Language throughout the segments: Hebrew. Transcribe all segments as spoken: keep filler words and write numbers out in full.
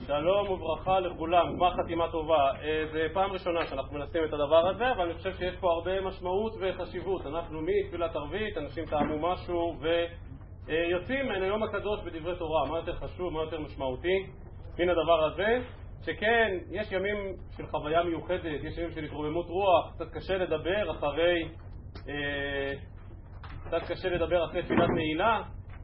שלום וברכה לכולם, גמר חתימה טובה. זה פעם ראשונה שאנחנו מנסים את הדבר הזה, אבל אני חושב שיש פה הרבה משמעות וחשיבות. אנחנו מתפילת ערבית, אנשים טעמו משהו ויוצאים מן היום הקדוש בדברי תורה. מה יותר חשוב, מה יותר משמעותי מן הדבר הזה? שכן, יש ימים של חוויה מיוחדת, יש ימים של התרוממות רוח, קצת קשה לדבר אחרי קצת קשה לדבר אחרי תפילת נעילה,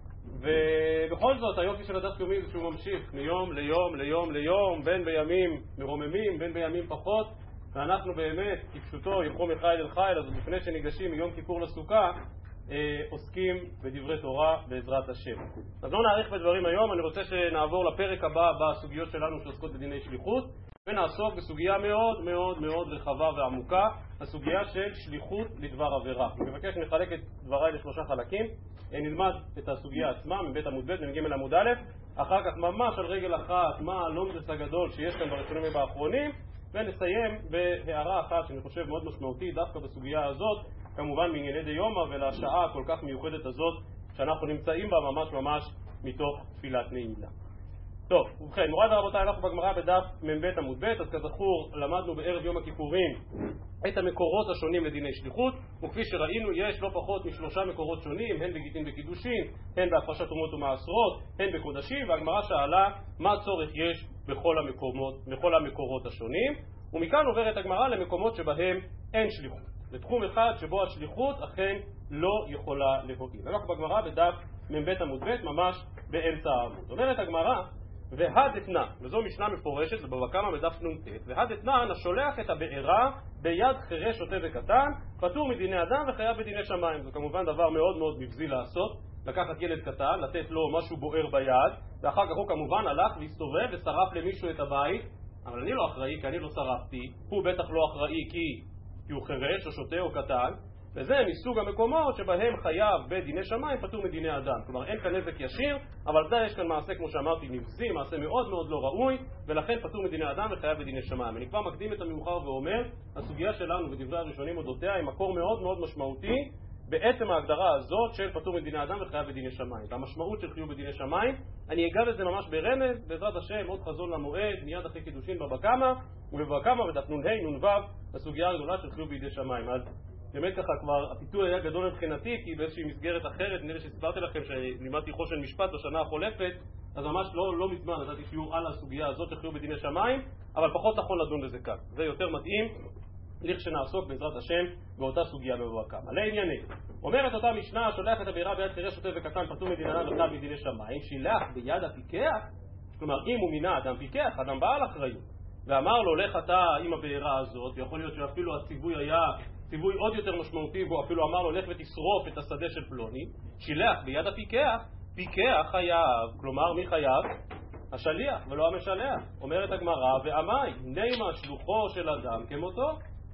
ובכל זאת היופי של הדף יומי זה שהוא ממשיך מיום ליום ליום ליום, בין בימים מרוממים, בין בימים פחות, ואנחנו באמת כפשוטו ילכו מחיל אל חיל. אז לפני שניגשים מיום כיפור לסוכה אה, עוסקים בדברי תורה בעזרת השם. אז לא נאריך בדברים היום, אני רוצה שנעבור לפרק הבא בסוגיות שלנו שעוסקות בדיני שליחות, ונעסוק בסוגיה מאוד מאוד מאוד רחבה ועמוקה, הסוגיה של שליחות לדבר עבירה. אני מבקש נחלק את דבריי לשלושה חלקים. נלמד את הסוגיה עצמה מבית עמוד ב' ונגיע אל עמוד א', אחר כך ממש על רגל אחת מה הלומדס הגדול שיש כאן בראשונים ובאחרונים, ונסיים בהערה אחת שאני חושב מאוד משמעותית דווקא בסוגיה הזאת, כמובן מענייני דיומא ולשעה כל כך מיוחדת הזאת שאנחנו נמצאים בה ממש ממש מתוך תפילת נעילה. טוב, ובכן, מוריי ורבותיי, אנחנו בגמרא בדף מ"ב עמוד ב'. אז כזכור למדנו בערב יום הכיפורים את המקורות השונים לדיני שליחות, וכפי שראינו יש לא פחות משלושה מקורות שונים, הן בגיטין וקידושין, הן בהפרשת תרומות ומעשרות, הן בקודשים, והגמרא שאלה מה צורך יש בכל המקומות, בכל המקורות השונים, ומכאן עוברת הגמרא למקומות שבהם אין שליחות, לתחום אחד שבו השליחות אכן לא יכולה להועיל. אנחנו בגמרא בדף מ"ב עמוד ב' ממש באמצע העמוד. אומרת הגמרא, והדתנן, וזו משנה מפורשת, זה בבא קמא בדף נ"ט, והדתנן, השולח את הבארה ביד חירש שוטה וקטן, פטור מדיני אדם וחייב בדיני שמיים. זה כמובן דבר מאוד מאוד מבזי לעשות, לקחת ילד קטן, לתת לו משהו בוער ביד, ואחר כך הוא כמובן הלך והסתובב ושרף למישהו את הבית. אבל אני לא אחראי כי אני לא שרפתי, הוא בטח לא אחראי כי, כי הוא חירש או שוטה או קטן, וזה מסוג המקומות שבהם חייב בדיני שמיים פטור מדיני אדם. כלומר אין כאן נזק ישיר, אבל זה יש כאן מעשה כמו שאמרתי נבזי, מעשה מאוד מאוד לא ראוי, ולכן פטור מדיני אדם וחייב בדיני שמיים. אני כבר מקדים את המאוחר ואומר, הסוגיה שלנו בדברי הראשונים אודותיה היא מקור מאוד מאוד משמעותי בעצם ההגדרה הזאת של פטור מדיני אדם וחייב בדיני שמיים. והמשמעות של חיוב בדיני שמיים, אני אגע בזה ממש ברמז, בעזרת השם, עוד חזון למועד, מיד אחרי קידושין בבא קמא, ובבא קמא בדף נ"ה נ"ו, הסוגיה הגדולה של חיוב בידי שמיים. אז באמת ככה כבר הפיתוי היה גדול מבחינתי, כי באיזושהי מסגרת אחרת, נראה שסיפרתי לכם שלימדתי חושן משפט בשנה החולפת, אז ממש לא, לא מזמן נתתי שיעור על הסוגיה הזאת של חיוב בדיני שמיים, אבל פחות נכון לדון בזה כאן. זה יותר מתאים לכשנעסוק בעזרת השם באותה סוגיה בבא קמא. לענייני, אומרת אותה משנה, שולח את הבארה ביד חירש שוטה וקטן פטור מדיני אדם וחייב בדיני שמיים, שילח ביד הפיקח, כלומר אם הוא מינה אדם פיקח, אדם בעל אחריות, ואמר לו לך אתה עם הבארה הזאת, ויכול להיות שאפילו הציווי היה ציווי עוד יותר משמעותי, בו אפילו אמר לו לך ותשרוף את השדה של פלוני, שילח ביד הפיקח, פיקח חייב. כלומר מי חייב? השליח ולא המשלח. אומרת הגמרא, ואמי נימה שלוחו של אדם כמותו.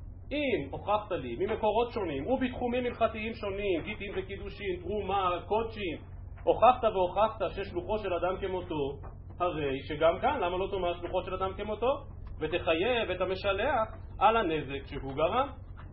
אם הוכחת לי ממקורות שונים ובתחומים הלכתיים שונים, גיטין וקידושין, תרומה, קודשים, הוכחת והוכחת ששלוחו של אדם כמותו, הרי שגם כאן למה לא תאמר שלוחו של אדם כמותו ותחייב את המשלח על הנזק שהוא גרם?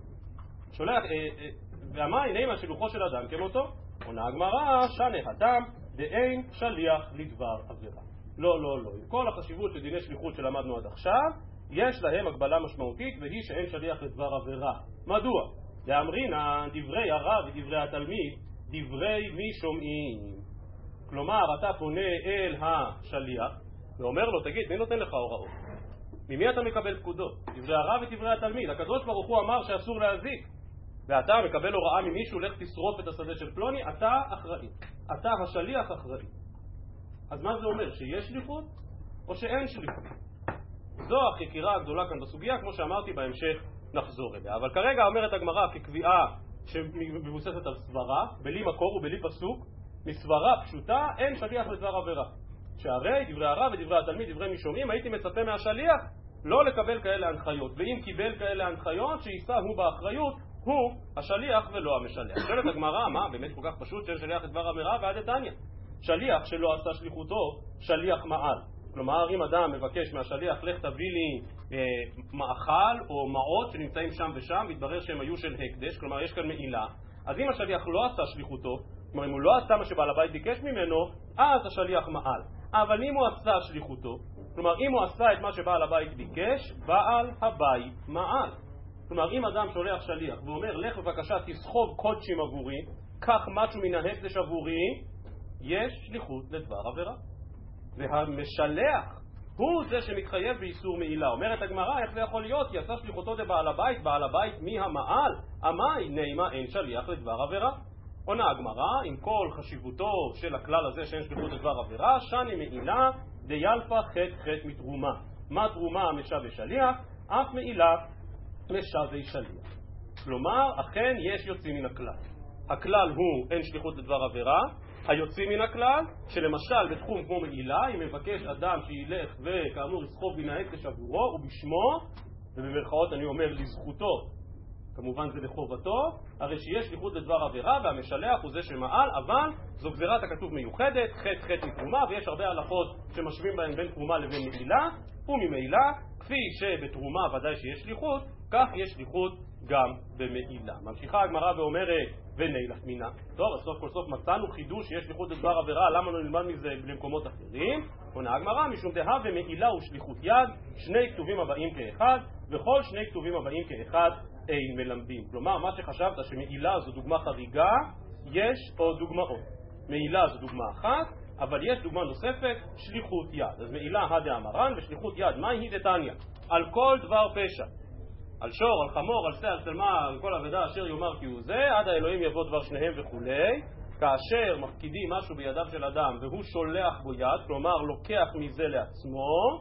שולח, ואמי נימה שלוחו של אדם כמותו. עונה הגמרא, שנה הדם דאין שליח לדבר עבירה. לא, לא, לא. עם כל החשיבות של דיני שליחות שלמדנו עד עכשיו, יש להם הגבלה משמעותית, והיא שאין שליח לדבר עבירה. מדוע? לאמרינן דברי הרב ודברי התלמיד, דברי מי שומעים. כלומר, אתה פונה אל השליח, ואומר לו, תגיד, מי נותן לך הוראות? ממי אתה מקבל פקודות? דברי הרב ודברי התלמיד. הקדוש ברוך הוא אמר שאסור להזיק, ואתה מקבל הוראה ממישהו, לך תשרוף את השדה של פלוני, אתה אחראי. אתה השליח אחראי. אז מה זה אומר? שיש שליחות או שאין שליחות? זו החקירה הגדולה כאן בסוגיה, כמו שאמרתי, בהמשך נחזור אליה. אבל כרגע אומרת הגמרא כקביעה שמבוססת על סברה, בלי מקור ובלי פסוק, מסברה פשוטה, אין שליח לדבר עבירה. שהרי דברי הרב ודברי התלמיד, דברי מי שומעים, הייתי מצפה מהשליח לא לקבל כאלה הנחיות, ואם קיבל כאלה הנחיות, שיישא הוא באחריות, הוא השליח ולא המשלח. שואלת הגמרא, מה? באמת כל כך פשוט שאין שליח לדבר עבירה? ועד דתניא, שליח שלא עשה שליחותו, שליח מעל. כלומר, אם אדם מבקש מהשליח, לך תביא לי אה, מאכל או מעות שנמצאים שם ושם, מתברר שהם היו של הקדש, כלומר יש כאן מעילה, אז אם השליח לא עשה שליחותו, כלומר אם הוא לא עשה מה שבעל הבית ביקש ממנו, אז השליח מעל. אבל אם הוא עשה שליחותו, כלומר, אם הוא עשה את מה שבעל הבית ביקש, בעל הבית מעל. כלומר, אם אדם שולח שליח ואומר, לך בבקשה תסחוב קודשים עבורי, קח משהו מן ההקדש עבורי, יש שליחות לדבר עבירה. והמשלח הוא זה שמתחייב באיסור מעילה. אומרת הגמרא, איך זה יכול להיות? כי עשה שליחותו לבעל הבית, בעל הבית מי המעל? אמי נעימה אין שליח לדבר עבירה. עונה הגמרא, עם כל חשיבותו של הכלל הזה שאין שליחות לדבר עבירה, שני מעילה דיילפה חטא חטא מתרומה. מה תרומה משווה שליח? אף מעילה משווה שליח. כלומר, אכן יש יוצאים מן הכלל. הכלל הוא אין שליחות לדבר עבירה. היוצאים מן הכלל, שלמשל בתחום כמו מעילה, אם מבקש אדם שילך וכאמור יסחוב מן ההקדש עבורו, ובשמו, ובמרכאות אני אומר לזכותו, כמובן זה לחובתו, הרי שיש שליחות לדבר עבירה והמשלח הוא זה שמעל, אבל זו גזירת הכתוב מיוחדת, חטא חטא מתרומה, ויש הרבה הלכות שמשווים בהן בין תרומה לבין מעילה, וממעילה, כפי שבתרומה ודאי שיש שליחות, כך יש שליחות גם במעילה. ממשיכה הגמרא ואומרת ונילך מינה. טוב, אז סוף כל סוף מצאנו חידוש שיש שליחות לדבר עבירה, למה לא נלמד מזה למקומות אחרים? עונה הגמרא, משום דהה ומעילה ושליחות יד, שני כתובים הבאים כאחד, וכל שני כתובים הבאים כאחד אין מלמדים. כלומר, מה שחשבת שמעילה זו דוגמה חריגה, יש עוד דוגמאות. מעילה זו דוגמה אחת, אבל יש דוגמה נוספת, שליחות יד. אז מעילה הדאמרן ושליחות יד, מה היא דתניא? על כל דבר פשע. על שור, על חמור, על שא, על שלמה, על כל עבדה אשר יאמר כי הוא זה, עד האלוהים יבוא דבר שניהם וכולי. כאשר מפקידים משהו בידיו של אדם והוא שולח בו יד, כלומר לוקח מזה לעצמו,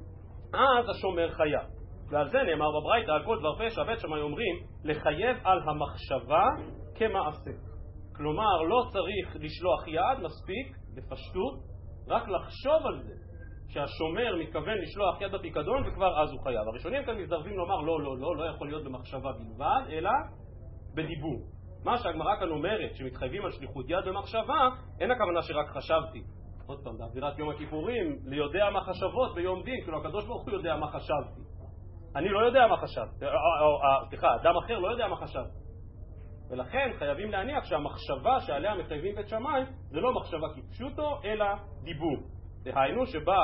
אז השומר חייב. ועל זה נאמר בברייתא, על כל דבר פשע, בית שמאי אומרים, לחייב על המחשבה כמעשה. כלומר, לא צריך לשלוח יד, מספיק, בפשטות, רק לחשוב על זה. שהשומר מתכוון לשלוח יד בפיקדון וכבר אז הוא חייב. הראשונים כאן מזדרבים לומר לא, לא, לא, לא יכול להיות במחשבה בלבד, אלא בדיבור. מה שהגמרא כאן אומרת, שמתחייבים על שליחות יד במחשבה, אין הכוונה שרק חשבתי. עוד פעם, באווירת יום הכיפורים, ליודע מה חשבות ביום דין, כאילו הקדוש ברוך הוא יודע מה חשבתי. אני לא יודע מה חשבתי, סליחה, אדם אחר לא יודע מה חשבתי. ולכן חייבים להניח שהמחשבה שעליה מחייבים בית שמאי, זה לא מחשבה כפשוטו, אלא דיבור. דהיינו שבה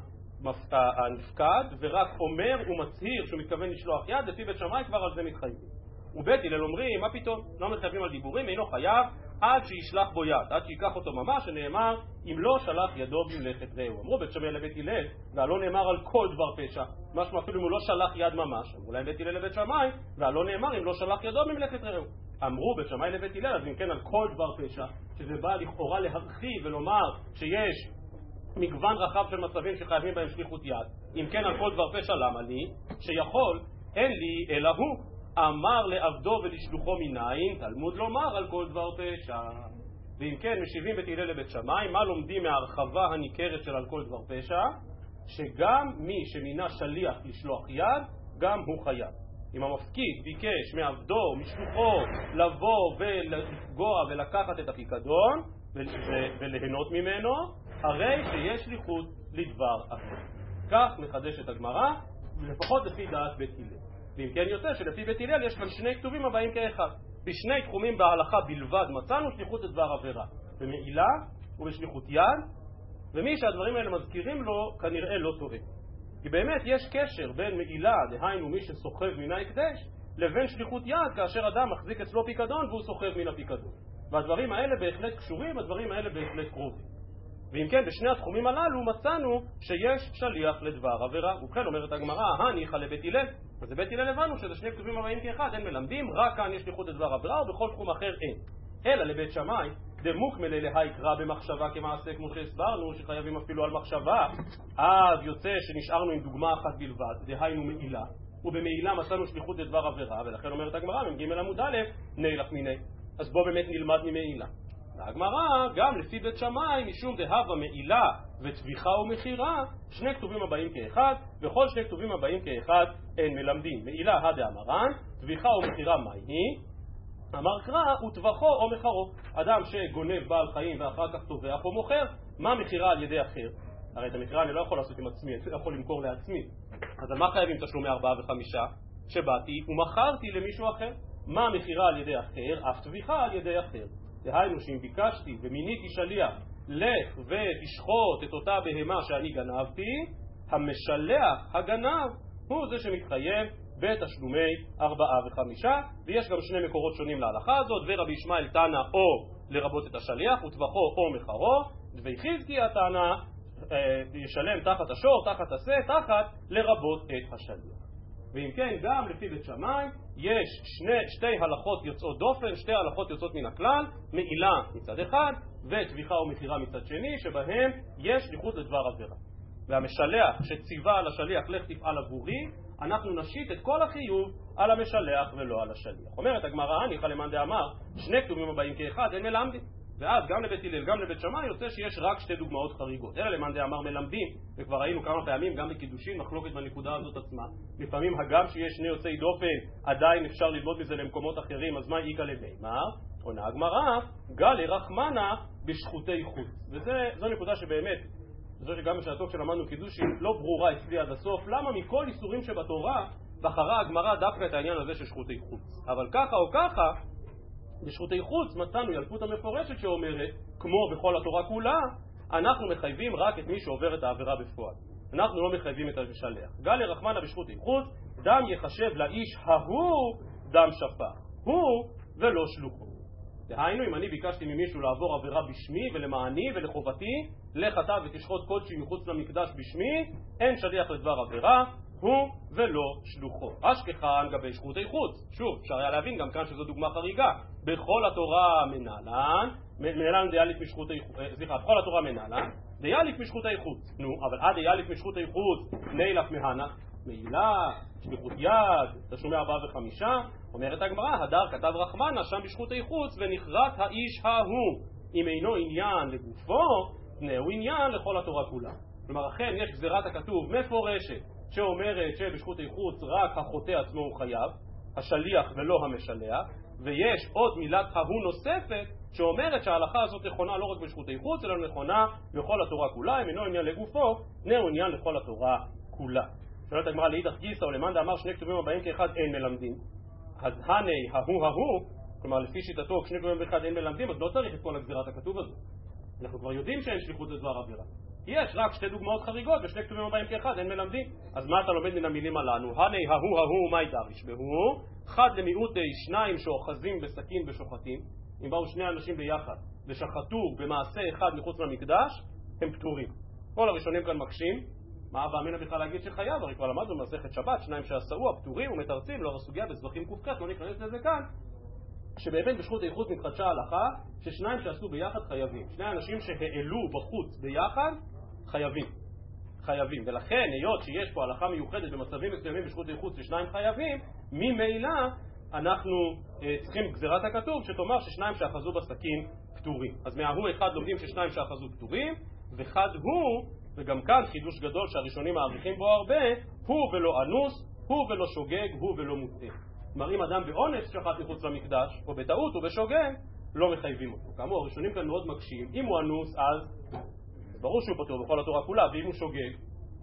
הנפקד ורק אומר ומצהיר שהוא מתכוון לשלוח יד, לפי בית שמאי כבר על זה מתחייבים. ובית הלל אומרים, מה פתאום? לא מתחייבים על דיבורים, אינו חייב עד שישלח בו יד, עד שיקח אותו ממש, שנאמר, אם לא שלח ידו במלאכת רעהו. אמרו בית שמאי לבית הלל, והלא נאמר על כל דבר פשע, משהו אפילו אם הוא לא שלח יד ממש. אמרו להם בית הלל לבית שמאי, והלא נאמר אם לא שלח ידו במלאכת רעהו. אמרו בית שמאי לבית הלל, אז אם כן על כל דבר פשע, שזה בא לכאורה להרחיב ולומר שיש מגוון רחב של מצבים שחייבים בהם שליחות יד. אם כן על כל דבר פשע, למה לי? שיכול, אין לי אלא הוא. אמר לעבדו ולשלוחו מניין, תלמוד לומר על כל דבר פשע. ואם כן משיבים בית הלל לבית שמאי, מה לומדים מההרחבה הניכרת של על כל דבר פשע? שגם מי שמינה שליח לשלוח יד, גם הוא חייב. אם המפקיד ביקש מעבדו, משלוחו, לבוא ולפגוע ולקחת את הפיקדון וליהנות ממנו, הרי שיש שליחות לדבר אחר. כך מחדשת הגמרא, לפחות לפי דעת בית הלל. ואם כן יוצא שלפי בית הלל יש כאן שני כתובים הבאים כאחד. בשני תחומים בהלכה בלבד מצאנו שליחות לדבר עבירה. במעילה ובשליחות יד, ומי שהדברים האלה מזכירים לו כנראה לא טועה. כי באמת יש קשר בין מעילה, דהיינו מי שסוחב מן ההקדש, לבין שליחות יד כאשר אדם מחזיק אצלו פיקדון והוא סוחב מן הפיקדון. והדברים האלה בהחלט קשורים, הדברים האלה בהחלט קרובים. ואם כן, בשני התחומים הללו מצאנו שיש שליח לדבר עבירה. ובכן אומרת הגמרא, הניחא לבית הלל. אז בבית הלל הבנו שזה שני כתובים הבאים כאחד, אין מלמדים, רק כאן יש שליחות לדבר עבירה ובכל תחום אחר אין. אלא לבית שמאי, דמוקמלה להיקרא במחשבה כמעשה, כמו שהסברנו, שחייבים אפילו על מחשבה, אז יוצא שנשארנו עם דוגמה אחת בלבד, דהיינו מעילה, ובמעילה מצאנו שליחות לדבר עבירה, ולכן אומרת הגמרא, מ"ג עמוד א', נילך מיני. אז בוא באמת נלמד ממעילה. והגמרא, גם לפי בית שמאי, משום דהבה מעילה וטביחה ומכירה, שני כתובים הבאים כאחד, וכל שני כתובים הבאים כאחד אין מלמדים. מעילה הדאמרן, טביחה ומכירה מהי? אמר קרא, וטבחו או מחרו. אדם שגונב בעל חיים ואחר כך טובח או מוכר, מה מכירה על ידי אחר? הרי את המכירה אני לא יכול לעשות עם עצמי, אני לא יכול למכור לעצמי. אז על מה חייבים תשלומי ארבעה וחמישה? שבאתי ומכרתי למישהו אחר. מה מכירה על ידי אחר? אף טביחה על ידי אחר. דהיינו שאם ביקשתי ומיניתי שליח, לך ותשחוט את אותה בהמה שאני גנבתי, המשלח, הגנב, הוא זה שמתחייב בתשלומי ארבעה וחמישה, ויש גם שני מקורות שונים להלכה הזאת, ורבי ישמעאל תנא או לרבות את השליח, וטבחו או מחרו, דבי חזקיה תנא ישלם תחת השור, תחת השה, תחת לרבות את השליח. ואם כן, גם לפי בית שמאי יש שני, שתי הלכות יוצאות דופן, שתי הלכות יוצאות מן הכלל, מעילה מצד אחד וטביחה או מחירה מצד שני, שבהם יש שליחות לדבר עבירה. והמשלח שציווה על השליח לך תפעל עבורי, אנחנו נשית את כל החיוב על המשלח ולא על השליח. אומרת הגמרא, ניחא למאן דאמר שני כתובים הבאים כאחד אין מלמדים, ואז גם לבית הלל גם לבית שמאי יוצא שיש רק שתי דוגמאות חריגות. אלא למאן דאמר מלמדים, וכבר ראינו כמה פעמים גם בקידושין מחלוקת בנקודה הזאת עצמה. לפעמים הגם שיש שני יוצאי דופן עדיין אפשר ללמוד מזה למקומות אחרים, אז מה איכא למימר? עונה הגמרא, גלי רחמנה בשחוטי חוץ. וזו נקודה שבאמת, זו שגם בשעתו כשלמדנו קידושין לא ברורה אצלי עד הסוף, למה מכל איסורים שבתורה בחרה הגמרא דווקא את העניין הזה של שחוטי חוץ. אבל ככה או ככה, בשחוטי חוץ מצאנו ילקוט המפורשת שאומרת, כמו בכל התורה כולה, אנחנו מחייבים רק את מי שעובר את העבירה בפועל. אנחנו לא מחייבים את המשלח. גלי רחמנה בשחוטי חוץ, דם יחשב לאיש ההוא דם שפך. הוא ולא שלוחו. דהיינו, אם אני ביקשתי ממישהו לעבור עבירה בשמי ולמעני ולחובתי, לך אתה ותשחוט קודשי מחוץ למקדש בשמי, אין שליח לדבר עבירה, הוא ולא שלוחו. אשכחן גבי שחוטי חוץ. שוב, אפשר היה להבין גם כאן שזו דוגמה חריגה. בכל התורה מנהלן, מנהלן דיאליק משחוטי חוץ, סליחה, בכל התורה מנהלן, דיאליק משחוטי חוץ. נו, אבל עד דיאליק משחוטי חוץ, נילף מהנה, מעילה, שליחות יד, תשלומי ארבעה וחמישה, אומרת הגמרא, הדר כתב רחמנה שם בשחוטי חוץ ונחרט האיש ההוא. אם אינו עניין לגופו, נהו עניין לכל התורה כולה. כלומר, אכן יש גזירת הכתוב מפורשת שאומרת שבשחוטי חוץ רק החוטא עצמו הוא חייב, השליח ולא המשלח, ויש עוד מילת ההוא נוספת שאומרת שההלכה הזאת נכונה לא רק בשחוטי חוץ, אלא נכונה לכל התורה כולה. אם אינו עניין לגופו, נהו עניין לכל התורה כולה. שואלת הגמרא, לאידך גיסא ולמאן דאמר שני כתובים הבאים כאחד אין מלמדים. אז הני ההוא ההוא, כלומר לפי שיטתו כשני כתובים באחד אין מלמדים, אז לא צריך את כל הגזירת הכתוב הזאת. אנחנו כבר יודעים שאין שליחות לדבר עבירה. יש רק שתי דוגמאות חריגות ושני כתובים הבאים כאחד אין מלמדים. אז מה אתה לומד מן המילים הללו? הני ההוא ההוא מי דריש בהו, חד למיעוטי שניים שאוחזים בסכין ושוחטים. אם באו שני אנשים ביחד ושחטו במעשה אחד מחוץ למקדש, הם פטורים. כל הראשונים כאן מקשים, מה אבא אמינה בכלל להגיד שחייב? הרי כבר למדנו במסכת שבת, שניים שעשאו הפטורים ומתרצים, לא הסוגיה בסבכים ק"ח, לא ניכנס לזה כאן, שבאמת בשחוטי חוץ מתחדשה ההלכה ששניים שעשו ביחד חייבים. שני אנשים שהעלו בחוץ ביחד חייבים. חייבים. ולכן, היות שיש פה הלכה מיוחדת במצבים מסוימים בשחוטי חוץ ששניים חייבים, ממילא אנחנו אה, צריכים גזירת הכתוב שתאמר ששניים שאחזו בסכין פטורים. אז מההוא אחד לומדים ששניים שאחזו פטורים, וחד הוא, וגם כאן חידוש גדול שהראשונים מעריכים בו הרבה, הוא ולא אנוס, הוא ולא שוגג, הוא ולא מוטעה. כלומר, אם אדם באונס שחט מחוץ למקדש, או בטעות או בשוגג, לא מחייבים אותו. כאמור, הראשונים כאן מאוד מקשים. אם הוא אנוס, אז ברור שהוא פטור בכל התורה כולה, ואם הוא שוגג,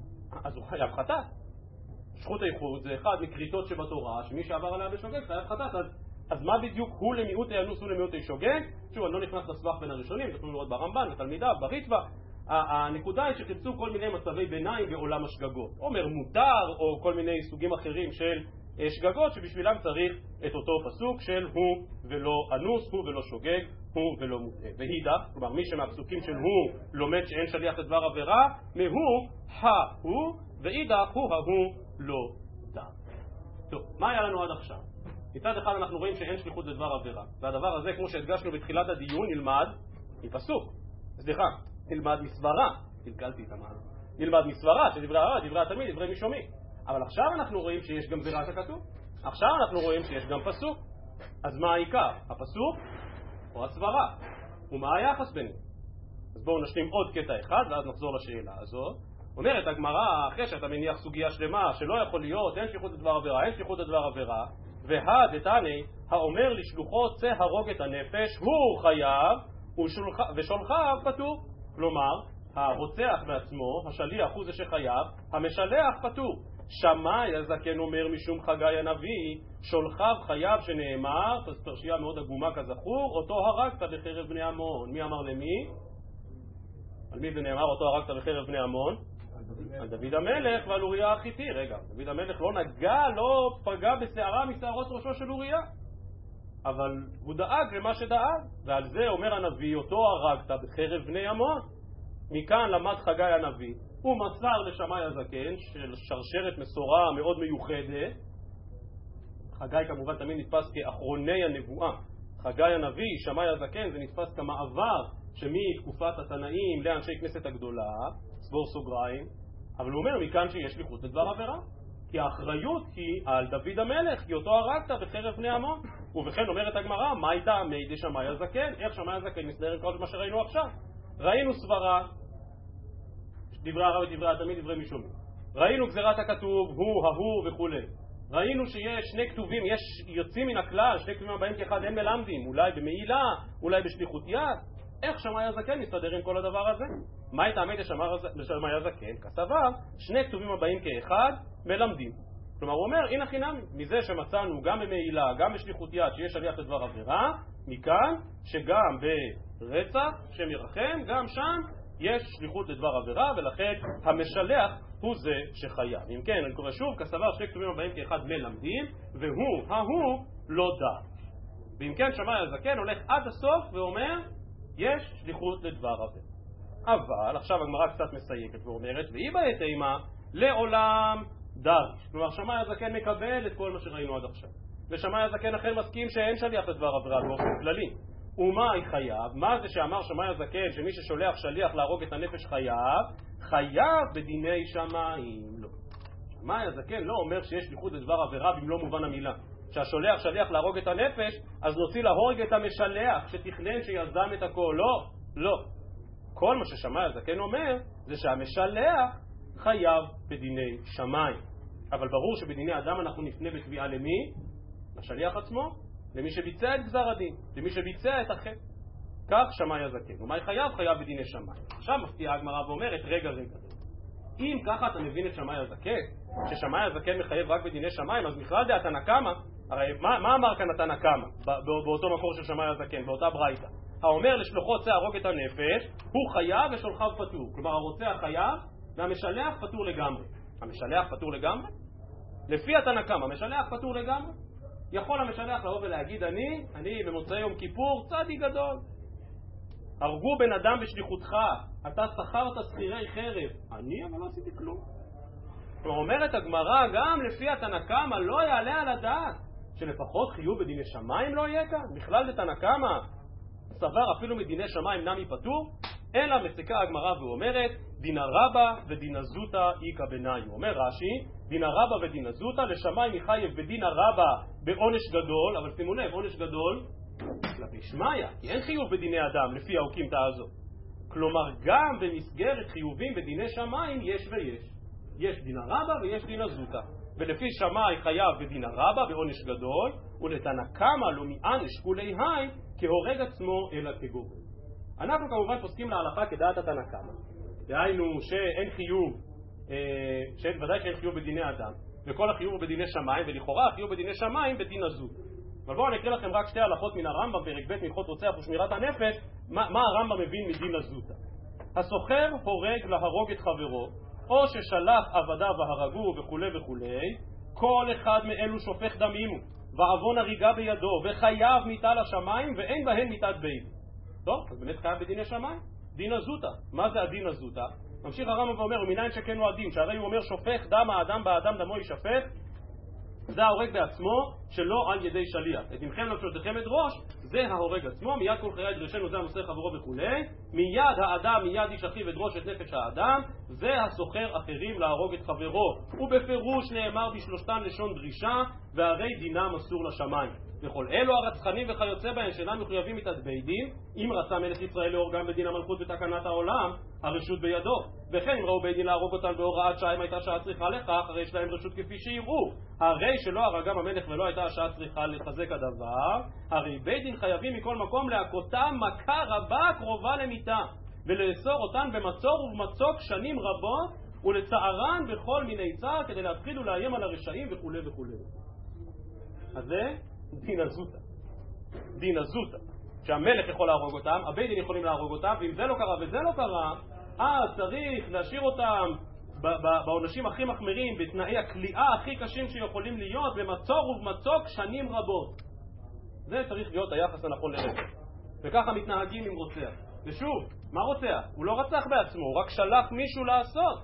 אז הוא חייב חטאת. שחוטי חוץ זה אחד מקריטות שבתורה, שמי שעבר עליה בשוגג חייב חטאת. אז, אז מה בדיוק הוא למיעוטי אנוס, הוא למיעוטי שוגג? שוב, אני לא נכנס לסבך בין הראשונים, תוכלו לראות ברמב"ן, בתלמידיו, בריטב"א. הנקודה היא שחיפשו כל מיני מצבי ביניים בעולם השגגות. אומר מותר, או כל מיני סוגים אחרים של שגגות, שבשבילם צריך את אותו פסוק של הוא ולא אנוס, הוא ולא שוגג, הוא ולא מוטעה. והידך, כלומר מי שמהפסוקים של הוא לומד שאין שליח לדבר עבירה, מהוא ההוא, ואידך הוא ההוא לא דם. טוב, מה היה לנו עד עכשיו? מצד אחד אנחנו רואים שאין שליחות לדבר עבירה, והדבר הזה, כמו שהדגשנו בתחילת הדיון, נלמד מפסוק. סליחה, נלמד מסברה, תלקלתי את המעלה. נלמד מסברה, שדברי הרב, דברי התלמיד, דברי משומי. אבל עכשיו אנחנו רואים שיש גם גזירת הכתוב. עכשיו אנחנו רואים שיש גם פסוק. אז מה העיקר? הפסוק או הסברה? ומה היחס ביניהם? אז בואו נשלים עוד קטע אחד ואז נחזור לשאלה הזאת. אומרת הגמרא, אחרי שאתה מניח סוגיה שלמה שלא יכול להיות, אין שליחות לדבר עבירה, אין שליחות לדבר עבירה, והדתני האומר לשלוחו צא הרוג את הנפש, הוא חייב ושולחיו פטור. כלומר, הרוצח בעצמו, השליח הוא זה שחייב, המשלח פטור. שמאי הזקן אומר משום חגי הנביא, שולחיו חייב שנאמר, פרשייה מאוד עגומה כזכור, אותו הרגת בחרב בני עמון. מי אמר למי? על מי זה נאמר אותו הרגת בחרב בני עמון? על על דוד המלך ועל אוריה החיתי. רגע, דוד המלך לא נגע, לא פגע בשערה משערות ראשו של אוריה, אבל הוא דאג למה שדאג, ועל זה אומר הנביא, אותו הרגת בחרב בני עמון. מכאן למד חגי הנביא, הוא מסר לשמאי הזקן של שרשרת מסורה מאוד מיוחדת. חגי כמובן תמיד נתפס כאחרוני הנבואה. חגי הנביא, שמאי הזקן, זה נתפס כמעבר שמתקופת התנאים לאנשי כנסת הגדולה, סגור סוגריים, אבל הוא אומר מכאן שיש שליחות לדבר עבירה, כי האחריות היא על דוד המלך, כי אותו הרגת בחרב בני עמון. ובכן אומרת הגמרא, מה הייתה מידי שמאי הזקן? איך שמאי הזקן מסתדר עם כל מה שראינו עכשיו? ראינו סברה, דברי הרב ודברי התלמיד, דברי משומר. ראינו גזירת הכתוב, הוא, ההוא וכו'. ראינו שיש שני כתובים, יש יוצאים מן הכלל, שני כתובים הבאים כאחד אין מלמדים, אולי במעילה, אולי בשליחות יד. איך שמאי הזקן מסתדר עם כל הדבר הזה? מה הייתה מידי שמאי הזקן? כסבר, שני כתובים הבאים כאחד מלמדים. כלומר הוא אומר, הנה חינמי, מזה שמצאנו גם במעילה, גם בשליחות יד, שיש שליח לדבר עבירה, מכאן שגם ברצח, שם ירחם, גם שם יש שליחות לדבר עבירה, ולכן המשלח הוא זה שחייב. אם כן, אני קורא שוב, כסבר שני כתובים הבאים כאחד מלמדים, והוא, ההוא, לא דע. ואם כן, שמאי הזקן הולך עד הסוף ואומר, יש שליחות לדבר עבירה. אבל, עכשיו הגמרא קצת מסייגת ואומרת, והיא בעת אימה, לעולם דריש. כלומר, שמאי הזקן מקבל את כל מה שראינו עד עכשיו. ושמאי הזקן אכן מסכים שאין שליח לדבר עבירה באופן כללי. ומה היא חייב? מה זה שאמר שמאי הזקן שמי ששולח שליח להרוג את הנפש חייב? חייב בדיני שמיים. לא. שמאי הזקן לא אומר שיש שליחות לדבר עבירה במלוא מובן המילה. שהשולח שליח להרוג את הנפש, אז נוציא להורג את המשלח שתכנן שיזם את הכל. לא, לא. כל מה ששמאי הזקן אומר זה שהמשלח חייב בדיני שמיים. אבל ברור שבדיני אדם אנחנו נפנה בתביעה למי? לשליח עצמו, למי שביצע את גזר הדין, למי שביצע את החטא. כך שמאי הזקן. ומה חייב? חייב בדיני שמיים. עכשיו מפתיעה הגמרא ואומרת, רגע רגע. אם ככה אתה מבין את שמאי הזקן, ששמאי הזקן מחייב רק בדיני שמיים, אז בכלל דעת התנא קמא, הרי מה, מה אמר כאן התנא קמא באותו מקור של שמאי הזקן, באותה ברייתא? האומר לשלוחו צא הרוג את הנפש, הוא חייב ושולחיו פטור. כלומר הרוצח חייב והמשלח פטור לגמרי. המשלח פטור לגמרי? לפי התנא קמא, המשלח פטור לגמרי? יכול המשלח לבוא ולהגיד, אני, אני במוצאי יום כיפור, צדי גדול. הרגו בן אדם בשליחותך, אתה שכרת שכירי חרב. אני, אבל לא עשיתי כלום. כלומר, אומרת הגמרא, גם לפי התנא קמא לא יעלה על הדעת, שלפחות חיוב בדיני שמיים לא יהיה כאן. בכלל זה תנא קמא סבר אפילו מדיני שמיים נמי פטור, אלא מסיקה הגמרא ואומרת, דינה רבה ודינה זוטה איקה בנאי. אומר רש"י, דינה רבה ודינה זוטה, לשמיים יחייב בדינה רבה בעונש גדול, אבל שימו לב, עונש גדול כלפי שמיא, כי אין חיוב בדיני אדם לפי האוקימתא הזאת. כלומר, גם במסגרת חיובים בדיני שמיים יש ויש. יש דינה רבה ויש דינה זוטה. ולפי שמאי חייב בדינה רבה בעונש גדול, ולתנא קמא לא מענש כולי היי כהורג עצמו אלא כגורם. אנחנו כמובן פוסקים להלכה כדעת התנא קמא. דהיינו שאין חיוב, שאין, ודאי שאין חיוב בדיני אדם, וכל החיוב הוא בדיני שמיים, ולכאורה החיוב בדיני שמיים בדין הזוטה. אבל בואו אני אקריא לכם רק שתי הלכות מן הרמב"ם, פרק ב' מלכות רוצח ושמירת הנפש, מה, מה הרמב"ם מבין מדין הזוטה. הסוחר הורג להרוג את חברו, או ששלח עבדיו והרגו וכו' וכו', כל אחד מאלו שופך דמים ועוון הריגה בידו וחייב מיתה לשמיים ואין בהן מיתת בית. טוב, אז באמת חייב בדיני שמיים. דין הזוטה. מה זה הדין הזוטה? ממשיך הרמב"ם ואומר, ומניין שכן הוא הדין, שהרי הוא אומר שופך דם האדם באדם דמו יישפך, זה ההורג בעצמו שלא על ידי שליח. את דמכם נפשותיכם את ראש, זה ההורג עצמו, מיד כל חיי דרשנו זה הנושא חברו וכו', מיד האדם, מיד איש אחיו ודרוש את נפש האדם, זה הסוחר אחרים להרוג את חברו. ובפירוש נאמר בשלושתן לשון דרישה, והרי דינם אסור לשמיים. וכל אלו הרצחנים וכיוצא בהם שאינם מחויבים מיתת בית דין, אם רצה מלך ישראל להורגם בדין המלכות ותקנת העולם, הרשות בידו. וכן אם ראו בית דין להרוג אותם בהוראת שעה אם הייתה שעה צריכה לכך, הרי יש להם רשות כפי שיראו. הרי שלא הרגם המלך ולא הייתה השעה צריכה לחזק הדבר, הרי בית דין חייבים מכל מקום להכותם מכה רבה קרובה למיתה, ולאסור אותן במצור ובמצוק שנים רבות, ולצערן בכל מיני צער כדי להפחיד ולאיים על הרשעים וכו' וכו'. אז זה דין הזוטה. דין הזוטה. שהמלך יכול להרוג אותם, הבית דין יכולים להרוג אותם, ואם זה לא קרה וזה לא קרה, אז צריך להשאיר אותם בעונשים הכי מחמירים, בתנאי הכליאה הכי קשים שיכולים להיות, במצור ובמצוק שנים רבות. זה צריך להיות היחס הנכון לרצח. וככה מתנהגים עם רוצח. ושוב, מה רוצח? הוא לא רצח בעצמו, הוא רק שלח מישהו לעשות.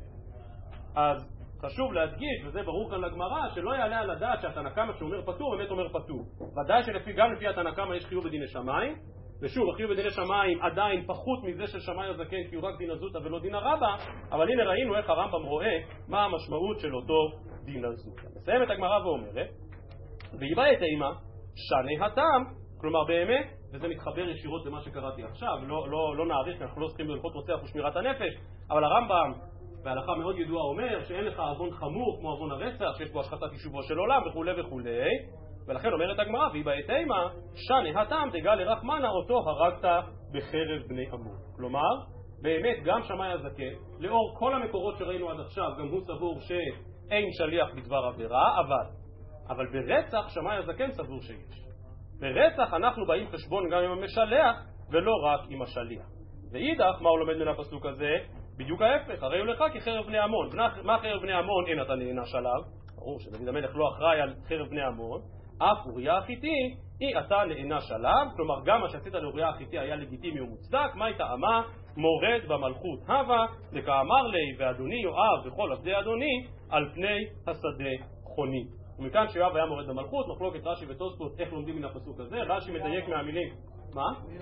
אז חשוב להדגיש, וזה ברור כאן לגמרא, שלא יעלה על הדעת שהתנא קמא שאומר פטור, באמת אומר פטור. ודאי שגם לפי התנא קמא יש חיוב בדיני שמיים, ושוב, החיוב בדיני שמיים עדיין פחות מזה של שמאי הזקן, כי הוא רק דין הזוטא ולא דין הרבה, אבל הנה ראינו איך הרמב"ם רואה מה המשמעות של אותו דין הזוטא. מסיים את הגמרא ואומרת, ויבאי תימא שני הטעם, כלומר באמת, וזה מתחבר ישירות למה שקראתי עכשיו, לא, לא, לא נעריך, אנחנו לא עוסקים בהלכות רוצח ושמירת הנפש, אבל הרמב"ם בהלכה מאוד ידועה אומר שאין לך עוון חמור כמו עוון הרצח, שיש בו השחתת יישובו של עולם וכו' וכו', ולכן אומרת הגמרא, ויבאי תימא שני הטעם דגל לרחמנא, אותו הרגת בחרב בני עמון. כלומר, באמת גם שמאי הזקן, לאור כל המקורות שראינו עד עכשיו, גם הוא סבור שאין שליח בדבר עבירה, אבל אבל ברצח שמאי הזקן סבור שיש. ברצח אנחנו באים חשבון גם עם המשלח ולא רק עם השליח. ואידך, מה הוא לומד מן הפסוק הזה? בדיוק ההפך, הרי הוא לך כחרב בני עמון. מה חרב בני עמון? אין אתה נענש עליו. ברור שדוד המלך לא אחראי על חרב בני עמון. אף אוריה החיתי, אי אתה נענש עליו. כלומר, גם מה שעשית לאוריה החיתי היה לגיטימי ומוצדק. מה היא טעמה? מורד במלכות הווה, וכאמר לי ואדוני יואב וכל עבדי אדוני על פני השדה חוני. ומכאן שיואב היה מורד במלכות, מחלוקת רש"י ותוספות איך לומדים מן הפסוק הזה. רש"י מדייק מהמילים. מה?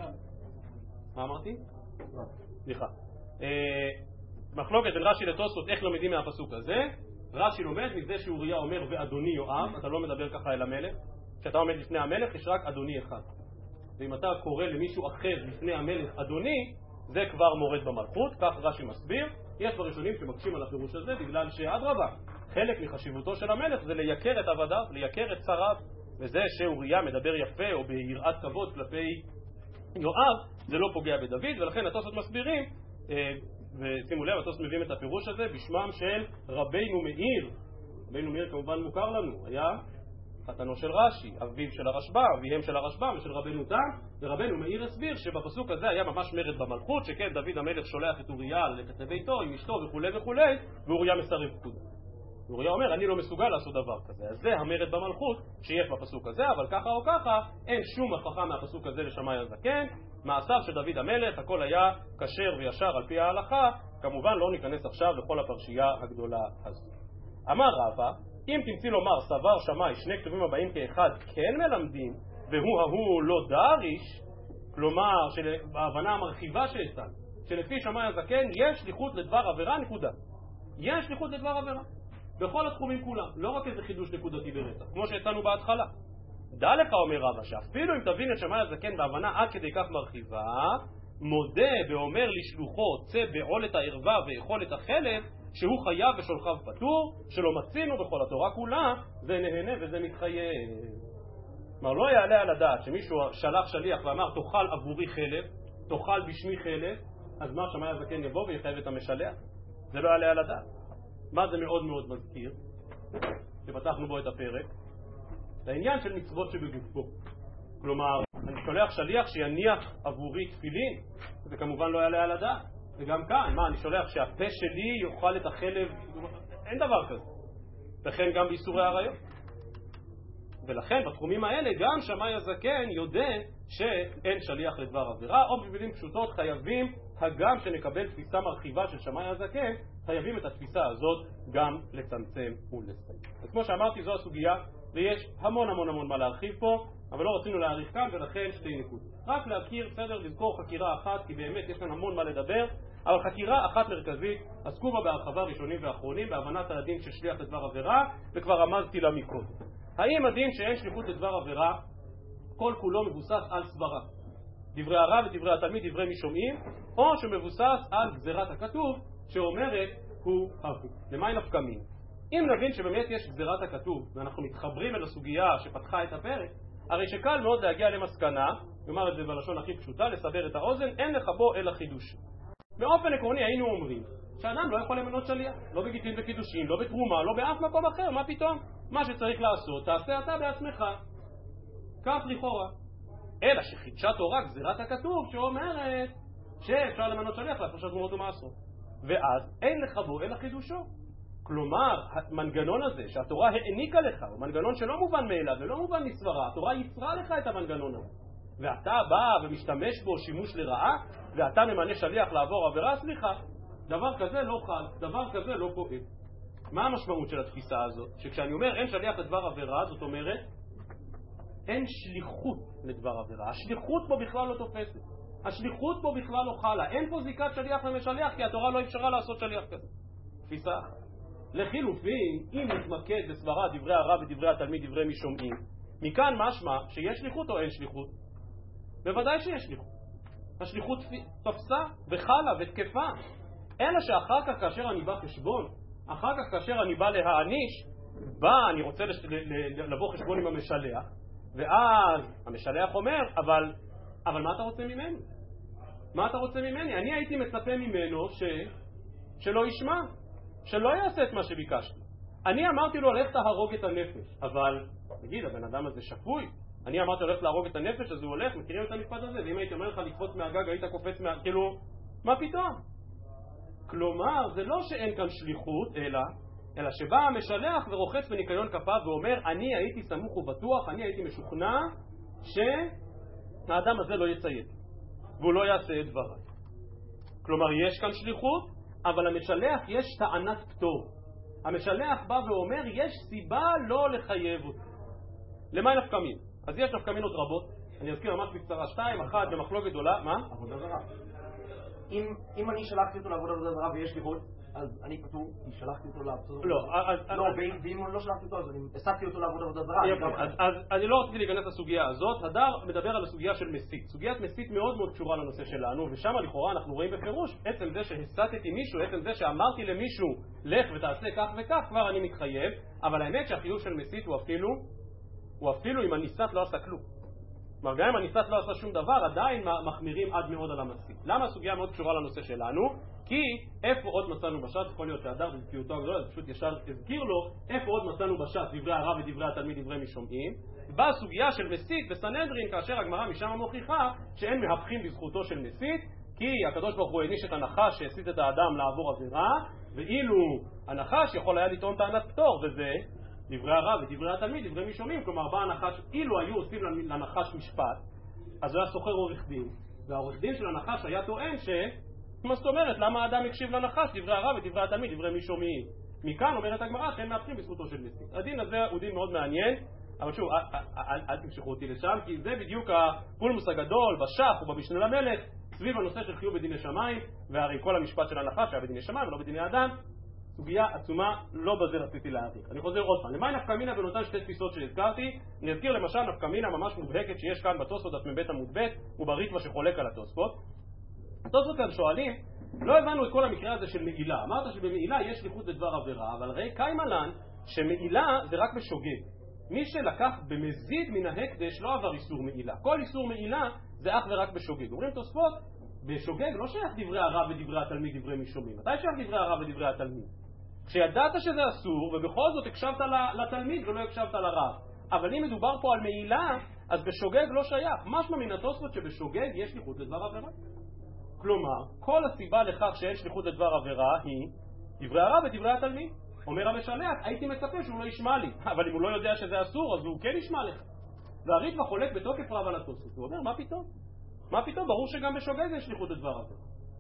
מה אמרתי? סליחה. מחלוקת בין רש"י לתוספות איך לומדים מהפסוק הזה. רש"י לומד מזה שאוריה אומר ואדוני יואב, אתה לא מדבר ככה אל המלך. כשאתה עומד לפני המלך יש רק אדוני אחד. ואם אתה קורא למישהו אחר לפני המלך אדוני, זה כבר מורד במלכות, כך רש"י מסביר. יש בראשונים שמקשים על הפירוש הזה בגלל שאדרבה, חלק מחשיבותו של המלך זה לייקר את עבדיו, לייקר את שריו, וזה שאוריה מדבר יפה או ביראת כבוד כלפי יואב, זה לא פוגע בדוד, ולכן התוספות מסבירים, ושימו לב, התוספות מביאים את הפירוש הזה בשמם של רבינו מאיר. רבינו מאיר כמובן מוכר לנו, היה חתנו של רש"י, אביו של הרשב"א, אביהם של הרשב"א ושל רבנו תם, ורבנו מאיר הסביר שבפסוק הזה היה ממש מרד במלכות, שכן דוד המלך שולח את אוריה ללכת לביתו עם אשתו וכו' וכו', ואוריה מסרב פקודה. אוריה אומר, אני לא מסוגל לעשות דבר כזה. אז זה המרד במלכות שיש בפסוק הזה, אבל ככה או ככה, אין שום הפכה מהפסוק הזה לשמאי הזקן. מעשיו של דוד המלך, הכל היה כשר וישר על פי ההלכה, כמובן לא ניכנס עכשיו לכל הפרשייה הגדולה הזו. אמר רבא, אם תמציא לומר סבר שמאי שני כתובים הבאים כאחד כן מלמדים, והוא ההוא לא דריש, כלומר בהבנה המרחיבה שהצענו, שלפי שמאי הזקן יש שליחות לדבר עבירה, נקודה. יש שליחות לדבר עבירה בכל התחומים כולם, לא רק איזה חידוש נקודתי ברצח, כמו שהצענו בהתחלה. דע לך, אומר רבא, שאפילו אם תבין את שמאי הזקן בהבנה עד כדי כך מרחיבה, מודה ואומר לשלוחו צא בעול את הערווה ואכול את החלב, שהוא חייב ושולחיו פטור, שלא מצינו בכל התורה כולה, זה נהנה וזה מתחייב. כלומר, לא יעלה על הדעת שמישהו שלח שליח ואמר תאכל עבורי חלב, תאכל בשמי חלב, אז מה שמאי הזקן יבוא ויחייב את המשלח? זה לא יעלה על הדעת. מה זה מאוד מאוד מזכיר? שפתחנו בו את הפרק, לעניין של מצוות שבגופו. כלומר, אני שולח שליח שיניח עבורי תפילין, זה כמובן לא יעלה על הדעת. וגם כאן, מה, אני שולח שהפה שלי יאכל את החלב? אין דבר כזה. וכן גם באיסורי עריות. ולכן בתחומים האלה גם שמאי הזקן יודע שאין שליח לדבר עבירה, או במילים פשוטות חייבים, הגם שנקבל תפיסה מרחיבה של שמאי הזקן, חייבים את התפיסה הזאת גם לצמצם ולסיים. אז כמו שאמרתי, זו הסוגיה, ויש המון המון המון מה להרחיב פה, אבל לא רצינו להאריך כאן, ולכן שתי נקודות. רק להכיר, בסדר, לזכור חקירה אחת, כי באמת יש כאן המון מה לדבר, אבל חקירה אחת מרכזית, עסקו בה בהרחבה ראשונים ואחרונים, בהבנת הדין של שליח לדבר עבירה, וכבר רמזתי לה מקודם. האם הדין שאין שליחות לדבר עבירה, כל כולו מבוסס על סברה? דברי הרב ודברי התלמיד, דברי מי שומעים, או שמבוסס על גזירת הכתוב, שאומרת הוא ההוא. למה היא נפקא מינה? אם נבין שבאמת יש גזירת הכתוב, ואנחנו מתחברים אל הסוגיה שפתחה את הפרק, הרי שקל מאוד להגיע למסקנה, נאמר את זה בלשון הכי פשוטה, לסבר את האוזן, אין לך בו אלא חידוש. באופן עקרוני היינו אומרים שאדם לא יכול למנות שליח, לא בגיטין וקידושין, לא בתרומה, לא באף מקום אחר, מה פתאום? מה שצריך לעשות, תעשה אתה בעצמך. כך לכאורה. אלא שחידשה תורה גזירת הכתוב שאומרת שאפשר למנות שליח להפרשת תרומות ומעשרות. ואז אין לך בו אלא חידושו. כלומר, המנגנון הזה שהתורה העניקה לך, הוא מנגנון שלא מובן מאליו ולא מובן מסברה, התורה יצרה לך את המנגנון הזה. ואתה בא ומשתמש בו שימוש לרעה, ואתה ממנה שליח לעבור עבירה, סליחה, דבר כזה לא חל, דבר כזה לא פועל. מה המשמעות של התפיסה הזאת? שכשאני אומר אין שליח לדבר עבירה, זאת אומרת, אין שליחות לדבר עבירה. השליחות פה בכלל לא תופסת. השליחות פה בכלל לא חלה. אין פה זיקת שליח ומשליח, כי התורה לא אפשרה לעשות שליח כזה. תפיסה אחת. לחילופין, אם נתמקד בסברה דברי הרב ודברי התלמיד, דברי מי שומעים, מכאן משמע שיש שליחות או אין שליחות? בוודאי שיש שליחות. השליחות תפסה וחלה ותקפה. אלא שאחר כך כאשר אני בא חשבון, אחר כך כאשר אני בא להעניש, בא, אני רוצה לש... לבוא חשבון עם המשלח, ואז המשלח אומר, אבל, אבל מה אתה רוצה ממני? מה אתה רוצה ממני? אני הייתי מצפה ממנו ש... שלא ישמע, שלא יעשה את מה שביקשתי. אני אמרתי לו, הולך תהרוג את הנפש, אבל, נגיד, הבן אדם הזה שפוי, אני אמרתי, הולך להרוג את הנפש, אז הוא הולך, מכירים את המשפט הזה, ואם הייתי אומר לך לקפוץ מהגג, היית קופץ מה... כאילו, מה פתאום? כלומר, זה לא שאין כאן שליחות, אלא, אלא שבא המשלח ורוחץ בניקיון כפיו ואומר, אני הייתי סמוך ובטוח, אני הייתי משוכנע שהאדם הזה לא יציית, והוא לא יעשה את דבריי. כלומר, יש כאן שליחות, אבל המשלח יש טענת פטור. המשלח בא ואומר, יש סיבה לא לחייב אותו. למה נפקא מינה? אז יש נפקא מינות רבות, אני אזכיר ממש בקצרה שתיים, אחת במחלוקת גדולה, מה? עבודה זרה. אם, אם אני שלחתי אותו לעבוד עבודה זרה ויש שליחות, אז אני פטור, כי שלחתי אותו לעבוד. לא, לא, ואם לא שלחתי אותו, אז אני הספתי אותו לעבוד עבודה זרה. אז אני לא רציתי להיכנס לסוגיה הזאת. הדר מדבר על הסוגיה של מסית. סוגיית מסית מאוד מאוד קשורה לנושא שלנו, ושם לכאורה אנחנו רואים בפירוש, עצם זה שהסתתי מישהו, עצם זה שאמרתי למישהו, לך ותעשה כך וכך, כבר אני מתחייב, אבל האמת שהחיוב של מסית הוא אפילו, הוא אפילו אם הניסת לא עשה כלום. כלומר, גם אם הניסת לא עשה שום דבר, עדיין מחמירים עד מאוד על המסית. למה הסוגיה מאוד קשורה לנושא שלנו? כי איפה עוד מצאנו בש"ס, יכול להיות שהדר בזכיותו הגדולה, אז פשוט ישר הזכיר לו, איפה עוד מצאנו בש"ס דברי הרב ודברי התלמיד, דברי מי שומעים, בסוגיה של מסית בסנהדרין, כאשר הגמרא משם מוכיחה שאין מהפכים בזכותו של מסית, כי הקדוש ברוך הוא העניש את הנחש שהסית את האדם לעבור עבירה, ואילו הנחש יכול היה לטעון טענת פטור, וזה דברי הרב ודברי התלמיד, דברי מי שומעים. כלומר, בא הנחש, אילו היו עושים לנחש משפט, אז הוא היה סוחר עורך דין, והעורך דין של הנחש היה טוען ש... מה זאת אומרת? למה האדם הקשיב לנחש? דברי הרב ודברי התלמיד, דברי מי שומעים. מכאן אומרת הגמרא שאין מהפכים בזכותו של מסית. הדין הזה הוא דין מאוד מעניין, אבל שוב, אל תמשכו אותי לשם, כי זה בדיוק הפולמוס הגדול בש"ך ובמשנה למלך, סביב הנושא של חיוב בדיני שמיים, והרי כל המשפט של הנחש היה בדיני שמיים ולא בדיני אדם. סוגיה עצומה, לא בזה רציתי להעריך. אני חוזר עוד פעם, למה נפקא מינה בין אותן שתי תפיסות שהזכרתי? אני אזכיר למשל נפקא מינה ממש מובהקת שיש כאן בתוספות דף מ"ב עמוד ב' ובריתמה שחולק על התוספות. התוספות כאן שואלים, לא הבנו את כל המקרה הזה של מעילה. אמרת שבמעילה יש שליחות לדבר עבירה, אבל ראי קיימה לן שמעילה זה רק בשוגג. מי שלקח במזיד מן ההקדש לא עבר איסור מעילה. כל איסור מעילה זה אך ורק בשוגג. אומרים תוספות, בשוגג לא שייך דברי הרב ודברי התלמיד, דברי מי שומעים. מתי שייך דברי הרב ודברי התלמיד? כשידעת שזה אסור ובכל זאת הקשבת לתלמיד ולא הקשבת לרב. אבל אם מדובר פה על מעילה, אז בשוגג לא שייך. משמע מן התוספות שבשוגג יש שליחות לדבר עבירה. כלומר, כל הסיבה לכך שאין שליחות לדבר עבירה היא דברי הרב ודברי התלמיד. אומר המשלח, הייתי מצפה שהוא לא ישמע לי, אבל אם הוא לא יודע שזה אסור, אז הוא כן ישמע לך. והריתמה חולק בתוקף רב על התוספות. הוא אומר, מה פתאום? מה פתאום? ברור שגם בשוגג יש שליחות לדבר עבירה.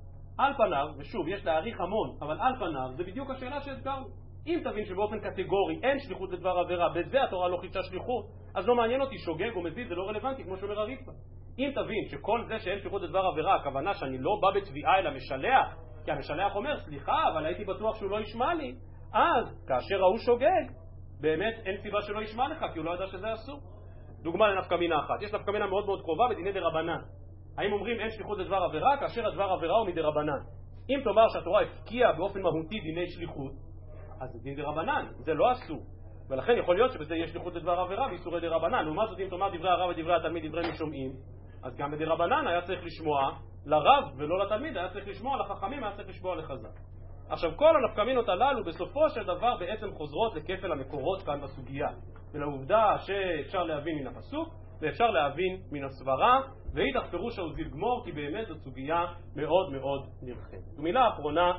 על פניו, ושוב, יש להעריך המון, אבל על פניו, זה בדיוק השאלה שהזכרנו. אם תבין שבאופן קטגורי אין שליחות לדבר עבירה, בזה התורה לא חידשה שליחות, אז לא מעניין אותי שוגג או מזיד, זה לא רלוונטי, כמו שאומר הריתמה. אם תבין שכל זה שאין שליחות לדבר עבירה, הכוונה שאני לא בא בתביעה אל המשלח, כי המשלח אומר, סליחה, אבל הייתי בטוח שהוא לא ישמע לי, אז כאשר הוא שוגג, באמת אין סיבה שלא ישמע לך, כי הוא לא ידע שזה אסור. דוגמה לנפקא מינה אחת. יש נפקא מינה מאוד מאוד קרובה בדיני דרבנן. האם אומרים אין שליחות לדבר עבירה, כאשר הדבר עבירה הוא מדרבנן? אם תאמר שהתורה הפקיעה באופן מהותי דיני שליחות, אז זה דין דרבנן, זה לא אסור. ולכן יכול להיות שבזה יש שליחות לדבר עבירה ואיסורי דרבנן. לעומת זאת, אם תאמר דברי הרב ודברי התלמיד, דברי מי שומעים, אז גם בדרבנן היה צריך לשמוע לרב ולא לתלמיד, היה צריך לשמוע לחכמים, היה צריך לשמוע לחז"ל. עכשיו, כל הנפקא מינות הללו בסופו של דבר בעצם חוזרות לכפל המקורות כאן בסוגיה, ולעובדה שאפשר להבין מן הפסוק ואפשר להבין מן הסברה, ואידך פירוש העוזיל גמור, כי באמת זו סוגיה מאוד מאוד נרחבת. ומילה אחרונה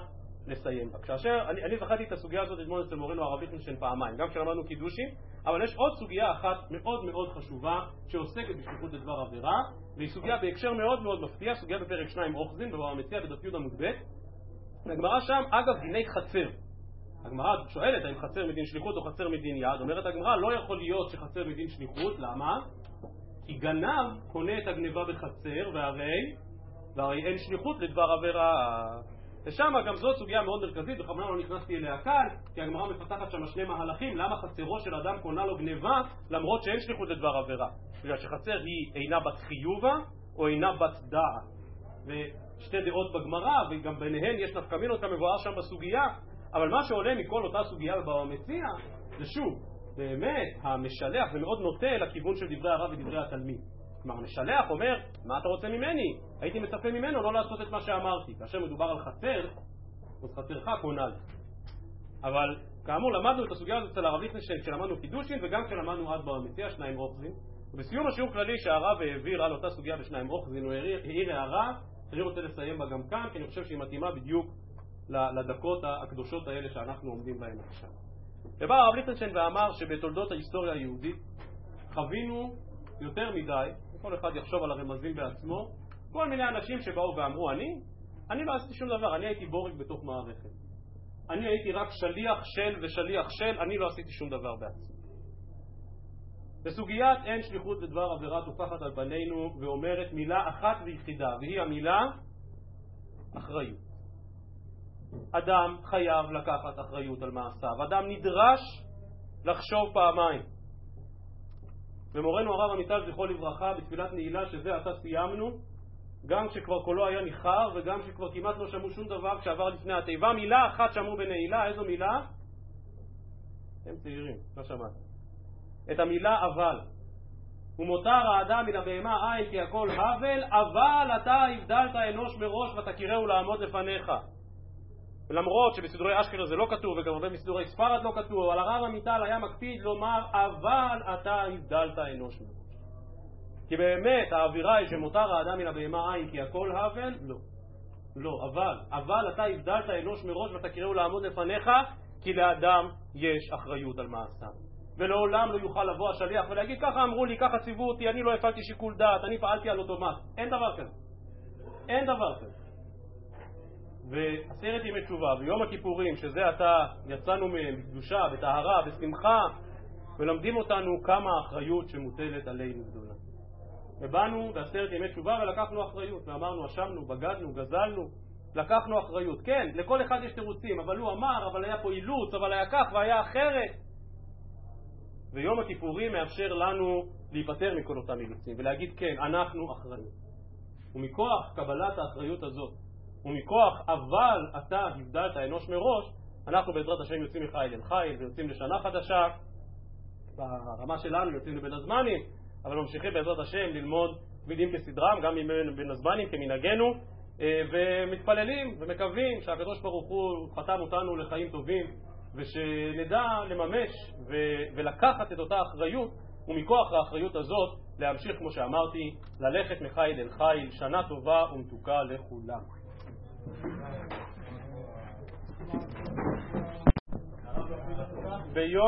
לסיים בה. כאשר, אני, אני זכרתי את הסוגיה הזאת אתמול אצל מורנו הרב ליכטנשטיין פעמיים, גם כשלמדנו קידושין, אבל יש עוד סוגיה אחת מאוד מאוד חשובה שעוסקת בשליחות לדבר עבירה, והיא סוגיה בהקשר מאוד מאוד מפתיע, סוגיה בפרק שניים אוחזין, בבבא מציעא בדף י' עמוד ב'. הגמרא שם, אגב, דיני חצר. הגמרא שואלת האם חצר מדין שליחות או חצר מדין יד. אומרת הגמרא, לא יכול להיות שחצר מדין שליחות. למה? כי גנב קונה את הגניבה בחצר, והרי, והרי אין שליחות לדבר עבירה. ושם גם זאת סוגיה מאוד מרכזית, בכוונה לא נכנסתי אליה כאן, כי הגמרא מפתחת שם שני מהלכים, למה חצרו של אדם קונה לו גניבה, למרות שאין שליחות לדבר עבירה. בגלל שחצר היא אינה בת חיובה, או אינה בת דעת. ושתי דעות בגמרא, וגם ביניהן יש נפקא מינות כמבואר שם בסוגיה, אבל מה שעולה מכל אותה סוגיה בבבא מציעא, זה שוב, באמת, המשלח זה מאוד נוטה לכיוון של דברי הרב ודברי התלמיד. כלומר, המשלח אומר, מה אתה רוצה ממני? הייתי מצפה ממנו לא לעשות את מה שאמרתי. כאשר מדובר על חצר, אז חצרך קונה לי. אבל כאמור, למדנו את הסוגיה הזאת אצל הרב ליכטנשטיין כשלמדנו קידושין, וגם כשלמדנו עד בבא מציעא שניים אוחזין. ובסיום השיעור כללי שהרב העביר על אותה סוגיה בשניים אוחזין, הוא העיר הערה, אני רוצה לסיים בה גם כאן, כי אני חושב שהיא מתאימה בדיוק לדקות הקדושות האלה שאנחנו עומדים בהן עכשיו. ובא הרב ליכטנשטיין ואמר שבתולדות ההיסטוריה היהודית חווינו יותר מדי, כל אחד יחשוב על הרמזים בעצמו, כל מיני אנשים שבאו ואמרו, אני, אני לא עשיתי שום דבר, אני הייתי בורג בתוך מערכת. אני הייתי רק שליח של ושליח של, אני לא עשיתי שום דבר בעצמי. בסוגיית אין שליחות לדבר עבירה תופחת על פנינו ואומרת מילה אחת ויחידה, והיא המילה אחריות. אדם חייב לקחת אחריות על מעשיו, אדם נדרש לחשוב פעמיים. ומורנו הרב עמיטל זכרו לברכה בתפילת נעילה שזה עתה סיימנו, גם כשכבר קולו היה ניחר וגם כשכבר כמעט לא שמעו שום דבר כשעבר לפני התיבה, מילה אחת שמעו בנעילה. איזו מילה? הם צעירים, לא שמעתם. את המילה אבל. ומותר האדם מן הבהמה אין כי הכל הבל, אבל אתה הבדלת אנוש מראש ותכירהו לעמוד לפניך. למרות שבסידורי אשכנז זה לא כתוב וגם הרבה בסידורי ספרד לא כתוב, אבל הרב עמיטל היה מקפיד לומר אבל אתה הבדלת אנוש מראש. כי באמת האווירה היא שמותר האדם מן הבהמה אין כי הכל הבל, לא. לא, אבל, אבל אתה הבדלת אנוש מראש ותכירהו לעמוד לפניך, כי לאדם יש אחריות על מעשיו. ולעולם לא יוכל לבוא השליח ולהגיד ככה אמרו לי, ככה ציוו אותי, אני לא הפעלתי שיקול דעת, אני פעלתי על אוטומט. אין דבר כזה. אין דבר כזה. ועשרת ימי תשובה ויום הכיפורים שזה עתה יצאנו מהם בקדושה, בטהרה, בשמחה, ולמדים אותנו כמה האחריות שמוטלת עלינו גדולה. ובאנו בעשרת ימי תשובה ולקחנו אחריות ואמרנו אשמנו, בגדנו, גזלנו, לקחנו אחריות. כן, לכל אחד יש תירוצים, אבל הוא אמר, אבל היה פה אילוץ, אבל היה כך והיה אחרת. ויום הכיפורים מאפשר לנו להיפטר מכל אותם אילוצים ולהגיד כן, אנחנו אחראים. ומכוח קבלת האחריות הזאת ומכוח אבל אתה הבדלת אנוש מראש, אנחנו בעזרת השם יוצאים מחיל אל חיל ויוצאים לשנה חדשה. ברמה שלנו יוצאים לבין הזמנים, אבל ממשיכים בעזרת השם ללמוד תמידים כסדרם, גם בין הזמנים כמנהגנו, ומתפללים ומקווים שהקדוש ברוך הוא חתם אותנו לחיים טובים, ושנדע לממש ולקחת את אותה אחריות, ומכוח האחריות הזאת להמשיך, כמו שאמרתי, ללכת מחיל אל חיל, שנה טובה ומתוקה לכולם. ביום